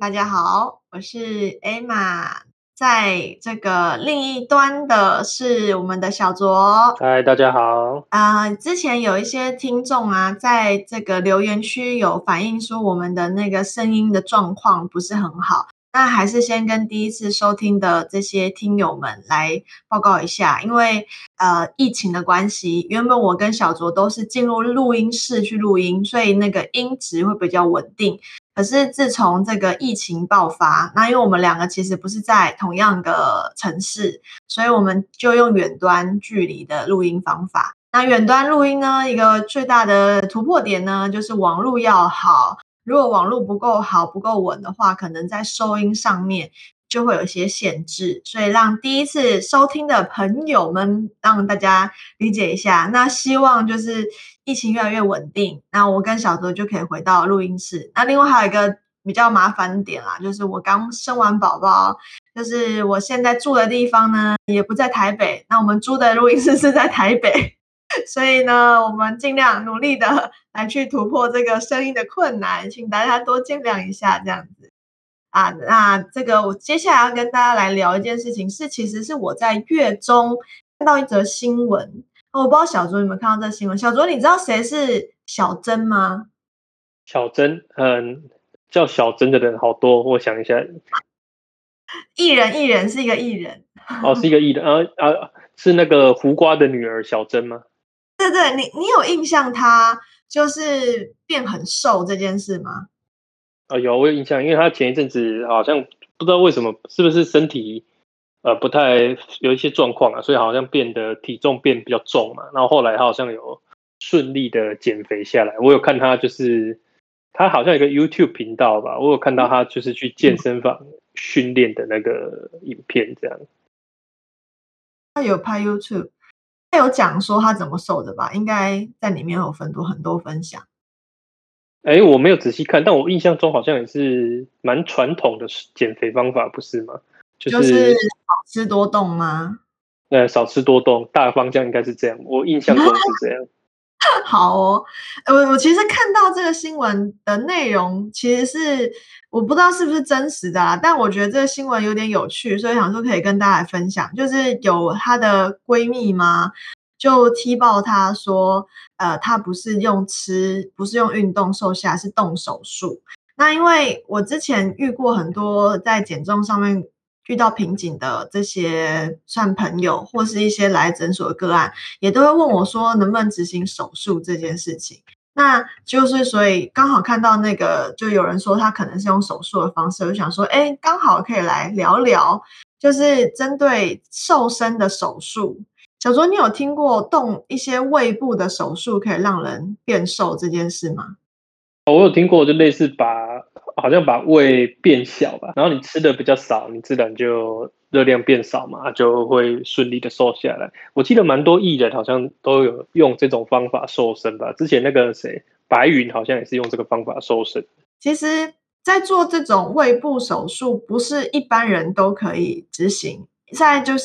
大家好，我是 Emma，在这个另一端的是我们的小卓。 嗨，大家好。 之前有一些听众啊，在这个留言区有反映说我们的那个声音的状况不是很好，那还是先跟第一次收听的这些听友们来报告一下，因为疫情的关系，原本我跟小卓都是进入录音室去录音，所以那个音质会比较稳定。可是自从这个疫情爆发，那因为我们两个其实不是在同样的城市，所以我们就用远端距离的录音方法。那远端录音呢，一个最大的突破点呢，就是网络要好。如果网络不够好、不够稳的话，可能在收音上面就会有一些限制，所以让第一次收听的朋友们，让大家理解一下。那希望就是疫情越来越稳定，那我跟小卓就可以回到录音室。那另外还有一个比较麻烦的点啦，就是我刚生完宝宝，就是我现在住的地方呢，也不在台北，那我们租的录音室是在台北。所以呢，我们尽量努力的来去突破这个声音的困难，请大家多见谅一下这样子。那这个我接下来要跟大家来聊一件事情，其实是我在月中看到一则新闻，我不知道小卓有没有看到这新闻。小卓，你知道谁是小珍吗？ 小珍，叫小珍的人好多，我想一下。 艺人是一个艺人。 哦，是一个艺人是那个胡瓜的女儿小珍吗？ 对对，你有印象他就是变很瘦这件事吗？ 有，我有印象，因为她前一阵子好像不知道为什么，是不是身体不太有一些状况啊，所以好像体重变比较重嘛，然后后来她好像有顺利的减肥下来。我有看她，就是她好像有一个 YouTube 频道吧，我有看到她就是去健身房训练的那个影片这样。 他有拍 YouTube， 他有讲说他怎么瘦的吧？应该在里面有很多分享。 我没有仔细看，但我印象中好像也是蛮传统的减肥方法，不是吗？ 就是少吃多动吗？ 少吃多动，大方向应该是这样，我印象中是这样。 好哦，我其实看到这个新闻的内容，其实是我不知道是不是真实的啦，但我觉得这个新闻有点有趣，所以想说可以跟大家来分享。就是有她的闺蜜嘛，就踢爆她说，她不是用运动瘦下来，是动手术。那因为我之前遇过很多在减重上面遇到瓶颈的这些算朋友，或是一些来诊所的个案，也都会问我说能不能执行手术这件事情。那就是所以刚好看到那个，就有人说他可能是用手术的方式，我就想说，刚好可以来聊聊，就是针对瘦身的手术。小卓，你有听过动一些胃部的手术可以让人变瘦这件事吗？ 我有听过，就类似好像把胃变小吧，然后你吃的比较少，你自然就热量变少嘛，就会顺利的瘦下来。我记得蛮多艺人好像都有用这种方法瘦身吧，之前那个谁白云好像也是用这个方法瘦身。 其实在做这种胃部手术，不是一般人都可以执行。现在就是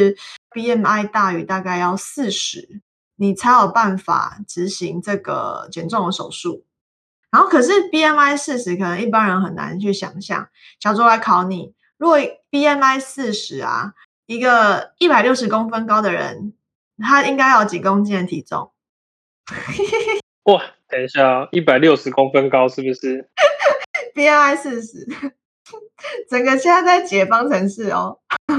BMI 大于大概要40，你才有办法执行这个减重的手术。然后可是 BMI 40，可能一般人很难去想象。小周来考你，如果 BMI 40啊，一个160公分高的人，他应该要有几公斤的体重？ 哇，等一下，160公分高是不是？ BMI 40，整个现在在解方程式哦。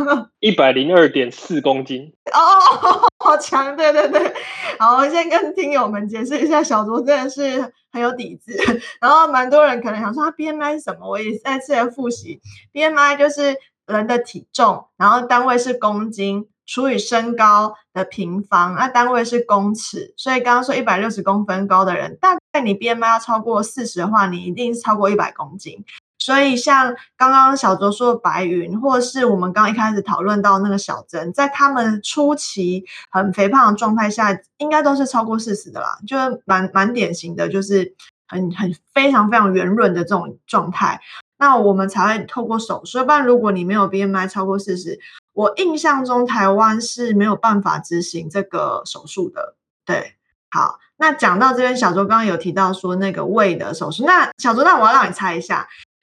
102.4公斤。 哦，好强！对对对，好，我先跟听友们解释一下，小卓真的是很有底子。然后蛮多人可能想说他 BMI 是什么，我也再次的复习，BMI 就是人的体重，然后单位是公斤除以身高的平方，那单位是公尺。所以刚刚说160公分高的人，大概你 BMI 要超过40的话，你一定是超过100公斤。所以像刚刚小卓说的白云，或是我们刚刚一开始讨论到那个小珍，在他们初期很肥胖的状态下，应该都是超过40的啦，就是蛮典型的，就是很非常非常圆润的这种状态。那我们才会透过手术，要不然如果你没有 BMI 超过40，我印象中台湾是没有办法执行这个手术的。对，好，那讲到这边，小卓刚刚有提到说那个胃的手术，那小卓，那我要让你猜一下。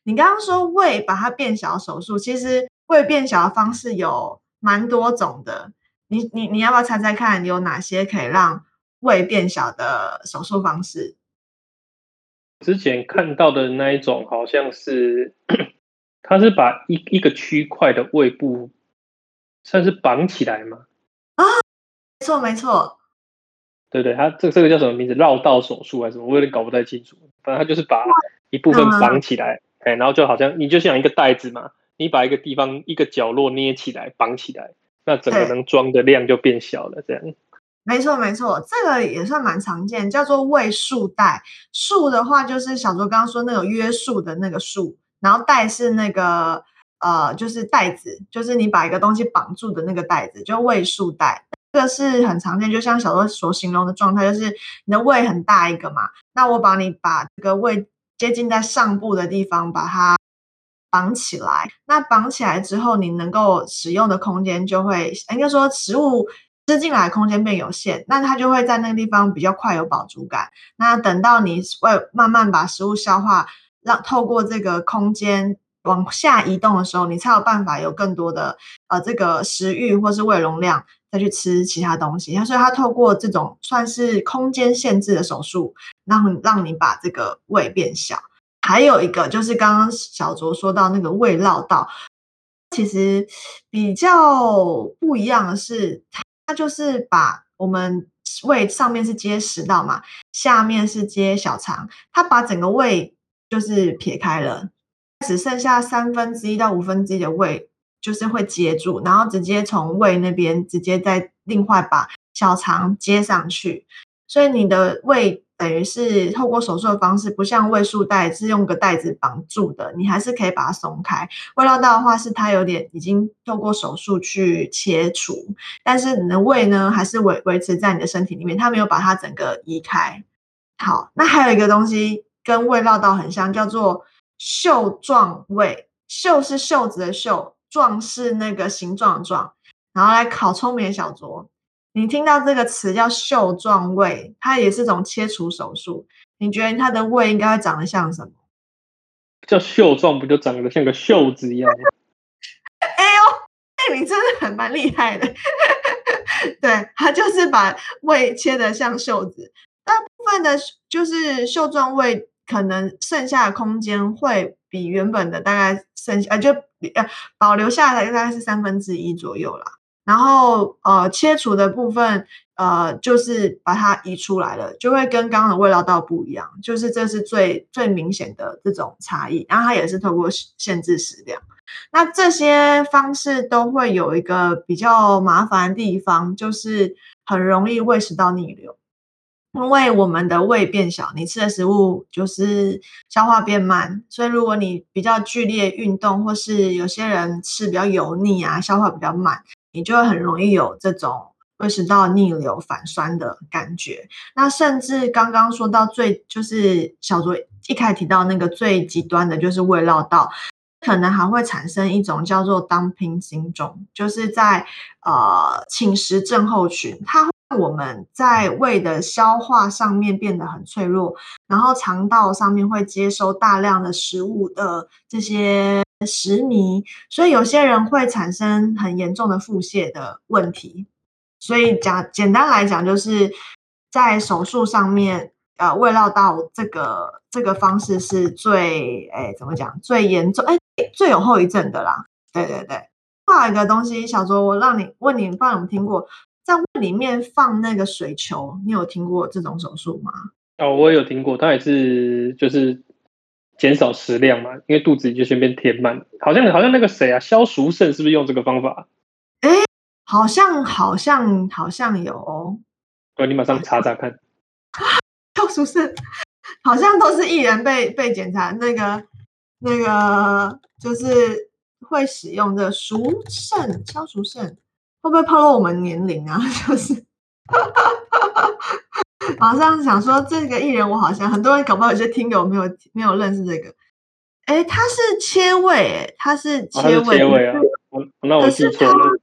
你刚刚说胃把它变小手术，其实胃变小的方式有蛮多种的。你要不要猜猜看，有哪些可以让胃变小的手术方式？ 之前看到的那一种好像是，它是把一个区块的胃部算是绑起来嘛？ 没错，没错。 对对，它这个叫什么名字？绕道手术还是什么？我有点搞不太清楚。反正它就是把一部分绑嗯， 起来，哎，然后就好像你就像一个袋子嘛，你把一个地方一个角落捏起来绑起来，那整个对。 能装的量就变小了，这样。 没错，没错，这个也算蛮常见，叫做胃束带。束的话就是小卓刚刚说那个约束的那个束，然后带是那个就是带子，就是你把一个东西绑住的那个带子，就胃束带。这个是很常见，就像小卓所形容的状态，就是你的胃很大一个嘛，那我把这个胃接近在上部的地方把它绑起来。那绑起来之后，你能够使用的空间就会，应该说食物吃进来的空间变有限，那它就会在那个地方比较快有饱足感。那等到你慢慢把食物消化，透过这个空间往下移动的时候，你才有办法有更多的这个食欲或是胃容量再去吃其他东西。所以它透过这种算是空间限制的手术，让你把这个胃变小。还有一个就是刚刚小卓说到那个胃绕道，其实比较不一样的是，它就是把我们胃上面是接食道嘛，下面是接小肠，它把整个胃就是撇开了，只剩下1/3到1/5的胃就是会接住，然后直接从胃那边直接再另外把小肠接上去。所以你的胃等于是透过手术的方式，不像胃束带是用个带子绑住的，你还是可以把它松开。胃绕道的话是它有点已经透过手术去切除，但是你的胃呢还是维持在你的身体里面，它没有把它整个移开。好，那还有一个东西跟胃绕道很像，叫做袖状胃。袖是袖子的袖，状是那个形状的状。然后来考聪明的小卓，你听到这个词叫袖状胃，它也是种切除手术。你觉得它的胃应该会长得像什么？ 叫袖状，不就长得像个袖子一样吗？ 哎呦，你真的很蛮厉害的。对，它就是把胃切得像袖子。大部分的就是袖状胃，可能剩下的空间会比原本的大概保留下来大概是1/3左右啦。然后切除的部分，就是把它移出来了，就会跟刚刚的胃绕道不一样，就是这是最明显的这种差异。然后它也是透过限制食量。那这些方式都会有一个比较麻烦的地方，就是很容易胃食道逆流。因为我们的胃变小，你吃的食物就是消化变慢，所以如果你比较剧烈运动，或是有些人吃比较油腻啊，消化比较慢，你就会很容易有这种胃食道逆流反酸的感觉。那甚至刚刚说到就是小卓一开始提到那个最极端的就是胃绕道，可能还会产生一种叫做 dumping syndrome，就是在侵蚀症候群，它会让我们在胃的消化上面变得很脆弱，然后肠道上面会接收大量的食物的这些食糜，所以有些人会产生很严重的腹泻的问题。所以简单来讲，就是在手术上面，胃绕道这个方式是怎么讲最严重，最有后遗症的啦。对对对。还有一个东西，小卓，我问你，不知道有没有听过，在胃里面放那个水球，你有听过这种手术吗？ 哦，我也有听过，它也是就是减少食量嘛，因为肚子里就先变填满。好像那个谁啊，萧淑慎是不是用这个方法？ 诶，好像有哦。 对，你马上查查看。 跳出是好像都是艺人被检查，那个就是会使用的消除肾，会不会暴露我们年龄啊？就是马上想说这个艺人，我好像很多人搞不好有些听友没有认识这个。他是切胃，他是哦，它是切胃， 切胃啊，那我可是他， 记错了。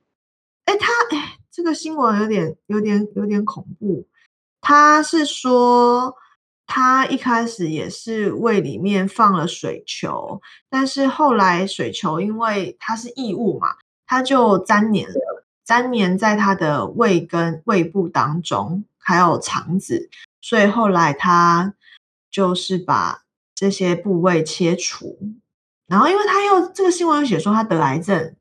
这个新闻有点恐怖。他是说他一开始也是胃里面放了水球，但是后来水球因为它是异物嘛，它就粘黏了，粘黏在他的胃跟胃部当中，还有肠子，所以后来他就是把这些部位切除，然后因为他又这个新闻又写说他得癌症，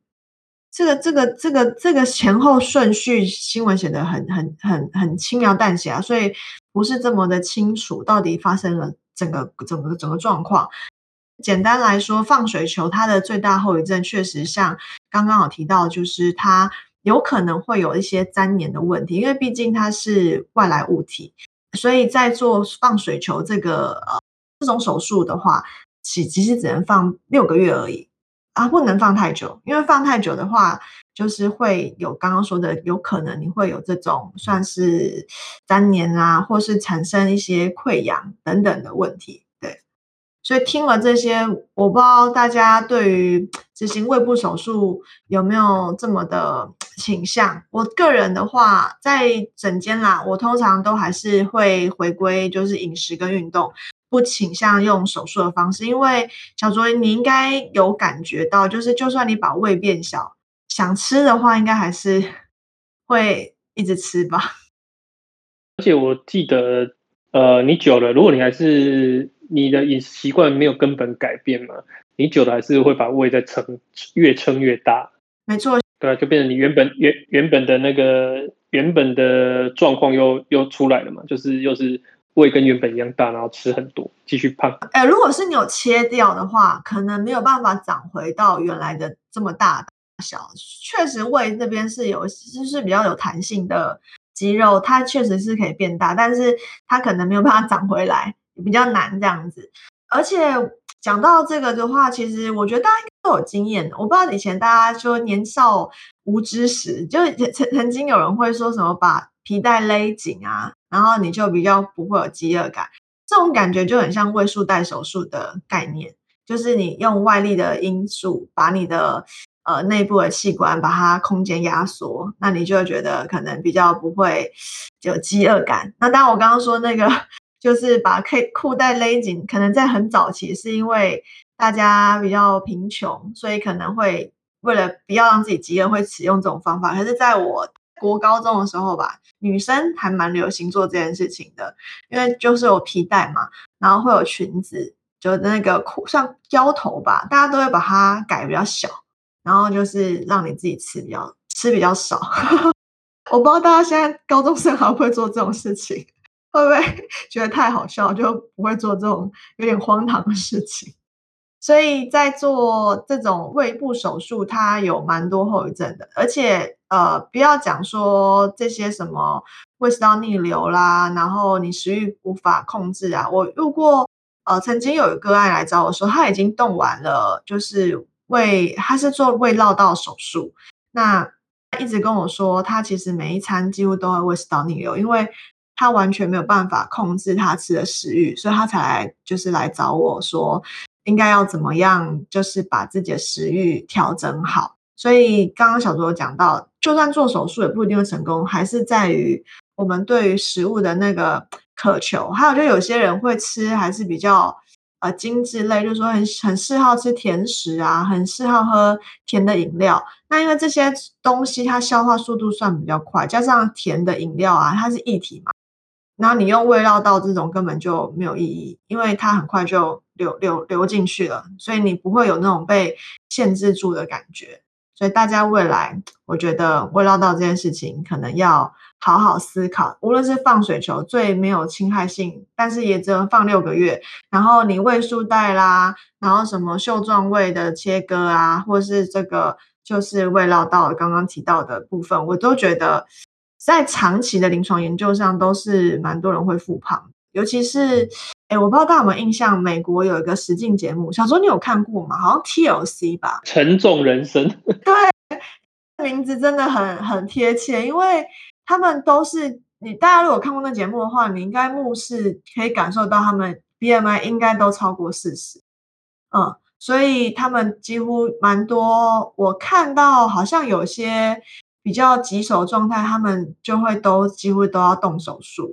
这个前后顺序新闻写得很轻描淡写啊，所以不是这么的清楚，到底发生了整个状况。简单来说，放水球它的最大后遗症确实像刚刚有提到，就是它有可能会有一些粘连的问题，因为毕竟它是外来物体，所以在做放水球这种手术的话，其实只能放6个月而已。啊，不能放太久，因为放太久的话，就是会有刚刚说的，有可能你会有这种算是粘连啊，或是产生一些溃疡等等的问题，对。所以听了这些，我不知道大家对于执行胃部手术有没有这么的倾向。我个人的话，在诊间啦，我通常都还是会回归就是饮食跟运动，不倾向用手术的方式。因为小卓，你应该有感觉到，就是就算你把胃变小，想吃的话，应该还是会一直吃吧？ 而且我记得，你久了，如果你还是你的饮食习惯没有根本改变嘛，你久了还是会把胃再越撑越大。 没错， 对啊，就变成你原本的那个原本的状况又出来了嘛，就是又是胃跟原本一样大，然后吃很多，继续胖。 如果是你有切掉的话，可能没有办法长回到原来的这么大小。确实胃这边就是比较有弹性的肌肉，它确实是可以变大，但是它可能没有办法长回来，比较难这样子。而且讲到这个的话，其实我觉得大家应该都有经验的。我不知道以前大家说年少无知时，就曾经有人会说什么把皮带勒紧啊，然后你就比较不会有饥饿感。这种感觉就很像胃束带手术的概念，就是你用外力的因素把你的内部的器官把它空间压缩，那你就会觉得可能比较不会有饥饿感。那当然我刚刚说那个就是把裤带勒紧，可能在很早期是因为大家比较贫穷，所以可能会为了不要让自己饥饿会使用这种方法。可是在我国高中的时候吧，女生还蛮流行做这件事情的，因为就是有皮带嘛，然后会有裙子，就那个像腰头吧，大家都会把它改比较小，然后就是让你自己吃比较少。我不知道大家现在高中生还会不会做这种事情，会不会觉得太好笑，就不会做这种有点荒唐的事情？所以在做这种胃部手术，它有蛮多后遗症的，而且不要讲说这些什么胃食道逆流啦，然后你食欲无法控制啊。我遇过曾经有一个案来找我说，他已经动完了，就是他是做胃绕道手术，那他一直跟我说，他其实每一餐几乎都会胃食道逆流，因为他完全没有办法控制他吃的食欲，所以他才来找我说，应该要怎么样，就是把自己的食欲调整好。所以刚刚小卓有讲到，就算做手术也不一定会成功，还是在于我们对于食物的那个渴求。还有就有些人会吃还是比较精致类，就是说很嗜好吃甜食啊，很嗜好喝甜的饮料。那因为这些东西它消化速度算比较快，加上甜的饮料啊，它是液体嘛。然后你用胃绕道这种根本就没有意义，因为它很快就流进去了，所以你不会有那种被限制住的感觉。所以大家未来，我觉得胃绕道这件事情可能要好好思考，无论是放水球最没有侵害性，但是也只能放6个月，然后你胃束带啦，然后什么袖状胃的切割啊，或是这个就是胃绕道刚刚提到的部分，我都觉得在长期的临床研究上都是蛮多人会复胖，尤其是我不知道大家有没有印象，美国有一个实境节目，小时候你有看过吗？好像 TLC 吧。 沉重人生。 名字真的很贴切，因为他们都是大家如果看过那节目的话，你应该目视可以感受到他们 BMI 应该都超过40。所以他们几乎蛮多，我看到好像有些比较棘手的状态，他们就会几乎都要动手术。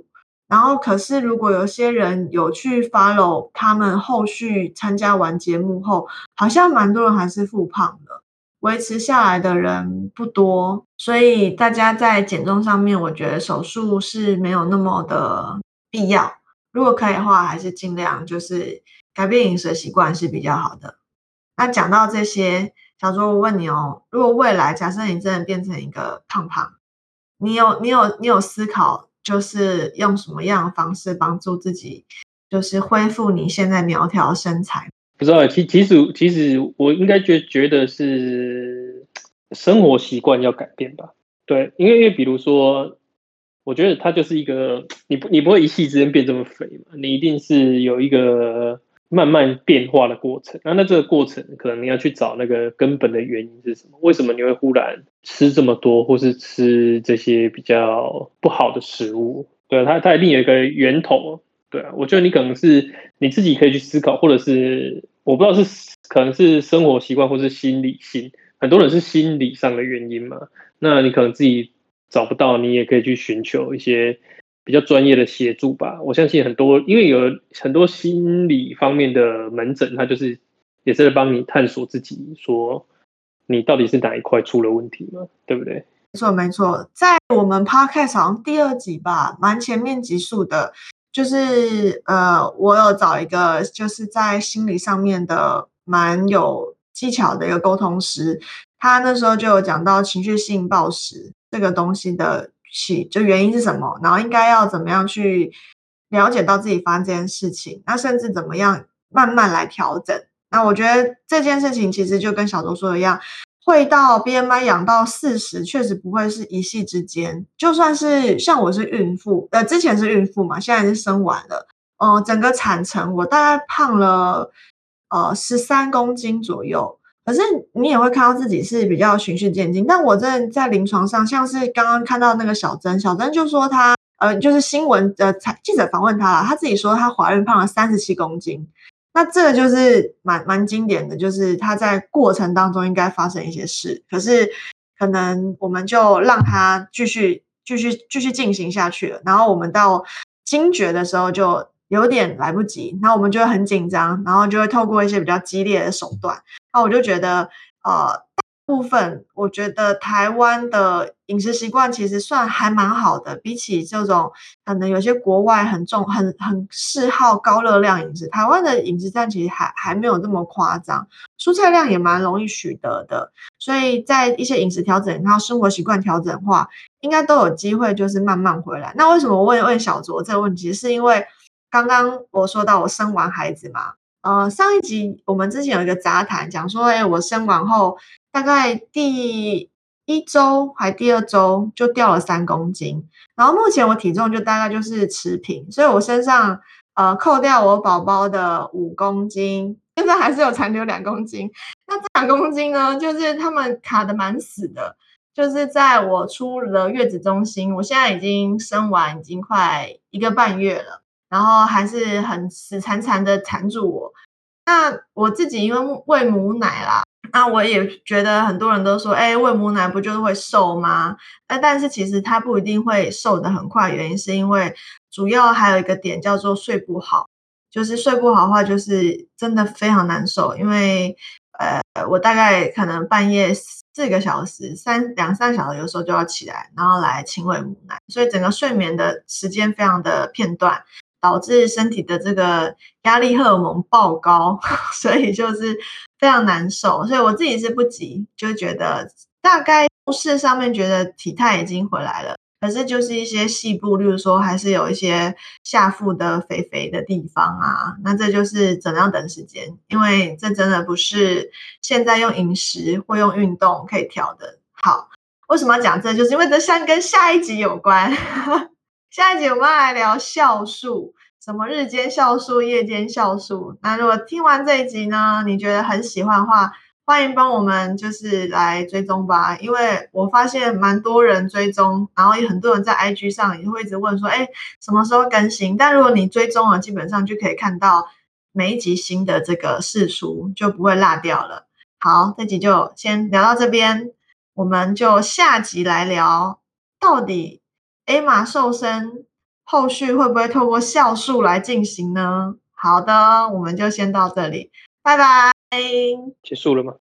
然后可是如果有些人有去 follow 他们后续参加完节目后，好像蛮多人还是复胖的，维持下来的人不多，所以大家在减重上面，我觉得手术是没有那么的必要。如果可以的话，还是尽量就是改变饮食习惯是比较好的。那讲到这些，小周我问你哦，如果未来假设你真的变成一个胖胖，你有思考，就是用什么样的方式帮助自己，就是恢复你现在苗条身材？ 不知道，其实我应该觉得是生活习惯要改变吧。对，因为比如说，我觉得它就是一个你不会一夕之间变这么肥嘛，你一定是有一个慢慢变化的过程。那这个过程可能你要去找那个根本的原因是什么？为什么你会忽然吃这么多，或是吃这些比较不好的食物？对，它一定有一个源头。对啊，我觉得你可能是你自己可以去思考，或者是我不知道是可能是生活习惯，或是心理性，很多人是心理上的原因嘛。那你可能自己找不到，你也可以去寻求一些比较专业的协助吧。我相信很多，因为有很多心理方面的门诊，它就是也是在帮你探索自己，说你到底是哪一块出了问题嘛，对不对？ 没错没错，在我们 podcast 好像第2集吧，蛮前面集数的，就是我有找一个就是在心理上面的蛮有技巧的一个沟通师，他那时候就有讲到情绪性暴食这个东西的就原因是什么，然后应该要怎么样去了解到自己发生这件事情，那甚至怎么样慢慢来调整。那我觉得这件事情其实就跟小周说的一样，会到 BMI 养到40，确实不会是一夕之间。就算是像我是孕妇，之前是孕妇嘛，现在是生完了，整个产程我大概胖了13公斤左右。可是你也会看到自己是比较循序渐进，但我真的在临床上，像是刚刚看到那个小珍，小珍就说她就是新闻记者访问她啦，她自己说她怀孕胖了37公斤。那这个就是蛮经典的，就是他在过程当中应该发生一些事，可是可能我们就让他继续进行下去了，然后我们到惊觉的时候就有点来不及，然后我们就会很紧张，然后就会透过一些比较激烈的手段，那我就觉得部分，我觉得台湾的饮食习惯其实算还蛮好的，比起这种可能有些国外很嗜好高热量饮食，台湾的饮食上其实还没有这么夸张，蔬菜量也蛮容易取得的，所以在一些饮食调整，然后生活习惯调整的话，应该都有机会就是慢慢回来。那为什么我问小卓这个问题，是因为刚刚我说到我生完孩子嘛，上一集我们之前有一个杂谈讲说，我生完后大概第1周还第2周就掉了3公斤，然后目前我体重就大概就是持平，所以我身上扣掉我宝宝的5公斤，现在还是有残留2公斤。那这2公斤呢，就是他们卡得蛮死的，就是在我出了月子中心，我现在已经生完已经快1个半月了，然后还是很死缠缠的缠住我。那我自己因为喂母奶啦，那我也觉得很多人都说，喂母奶不就是会瘦吗？但是其实它不一定会瘦得很快，原因是因为主要还有一个点叫做睡不好，就是睡不好的话，就是真的非常难受，因为我大概可能半夜4个小时、2、3小时，有时候就要起来，然后来亲喂母奶，所以整个睡眠的时间非常的片段。导致身体的这个压力荷尔蒙爆高，所以就是非常难受。所以我自己是不急，就觉得大概目视上面觉得体态已经回来了，可是就是一些细部，例如说还是有一些下腹的肥肥的地方啊，那这就是怎样等时间，因为这真的不是现在用饮食或用运动可以调的。好，为什么要讲这？就是因为这跟下一集有关。下一集我们要来聊酵素，什么日间酵素、夜间酵素。那如果听完这一集呢，你觉得很喜欢的话，欢迎帮我们就是来追踪吧，因为我发现蛮多人追踪，然后也很多人在 IG 上也会一直问说，什么时候更新？但如果你追踪了，基本上就可以看到每一集新的这个释出，就不会落掉了。好，这集就先聊到这边，我们就下集来聊到底 A 玛瘦身后续会不会透过酵素来进行呢？好的，我们就先到这里，拜拜。 结束了吗？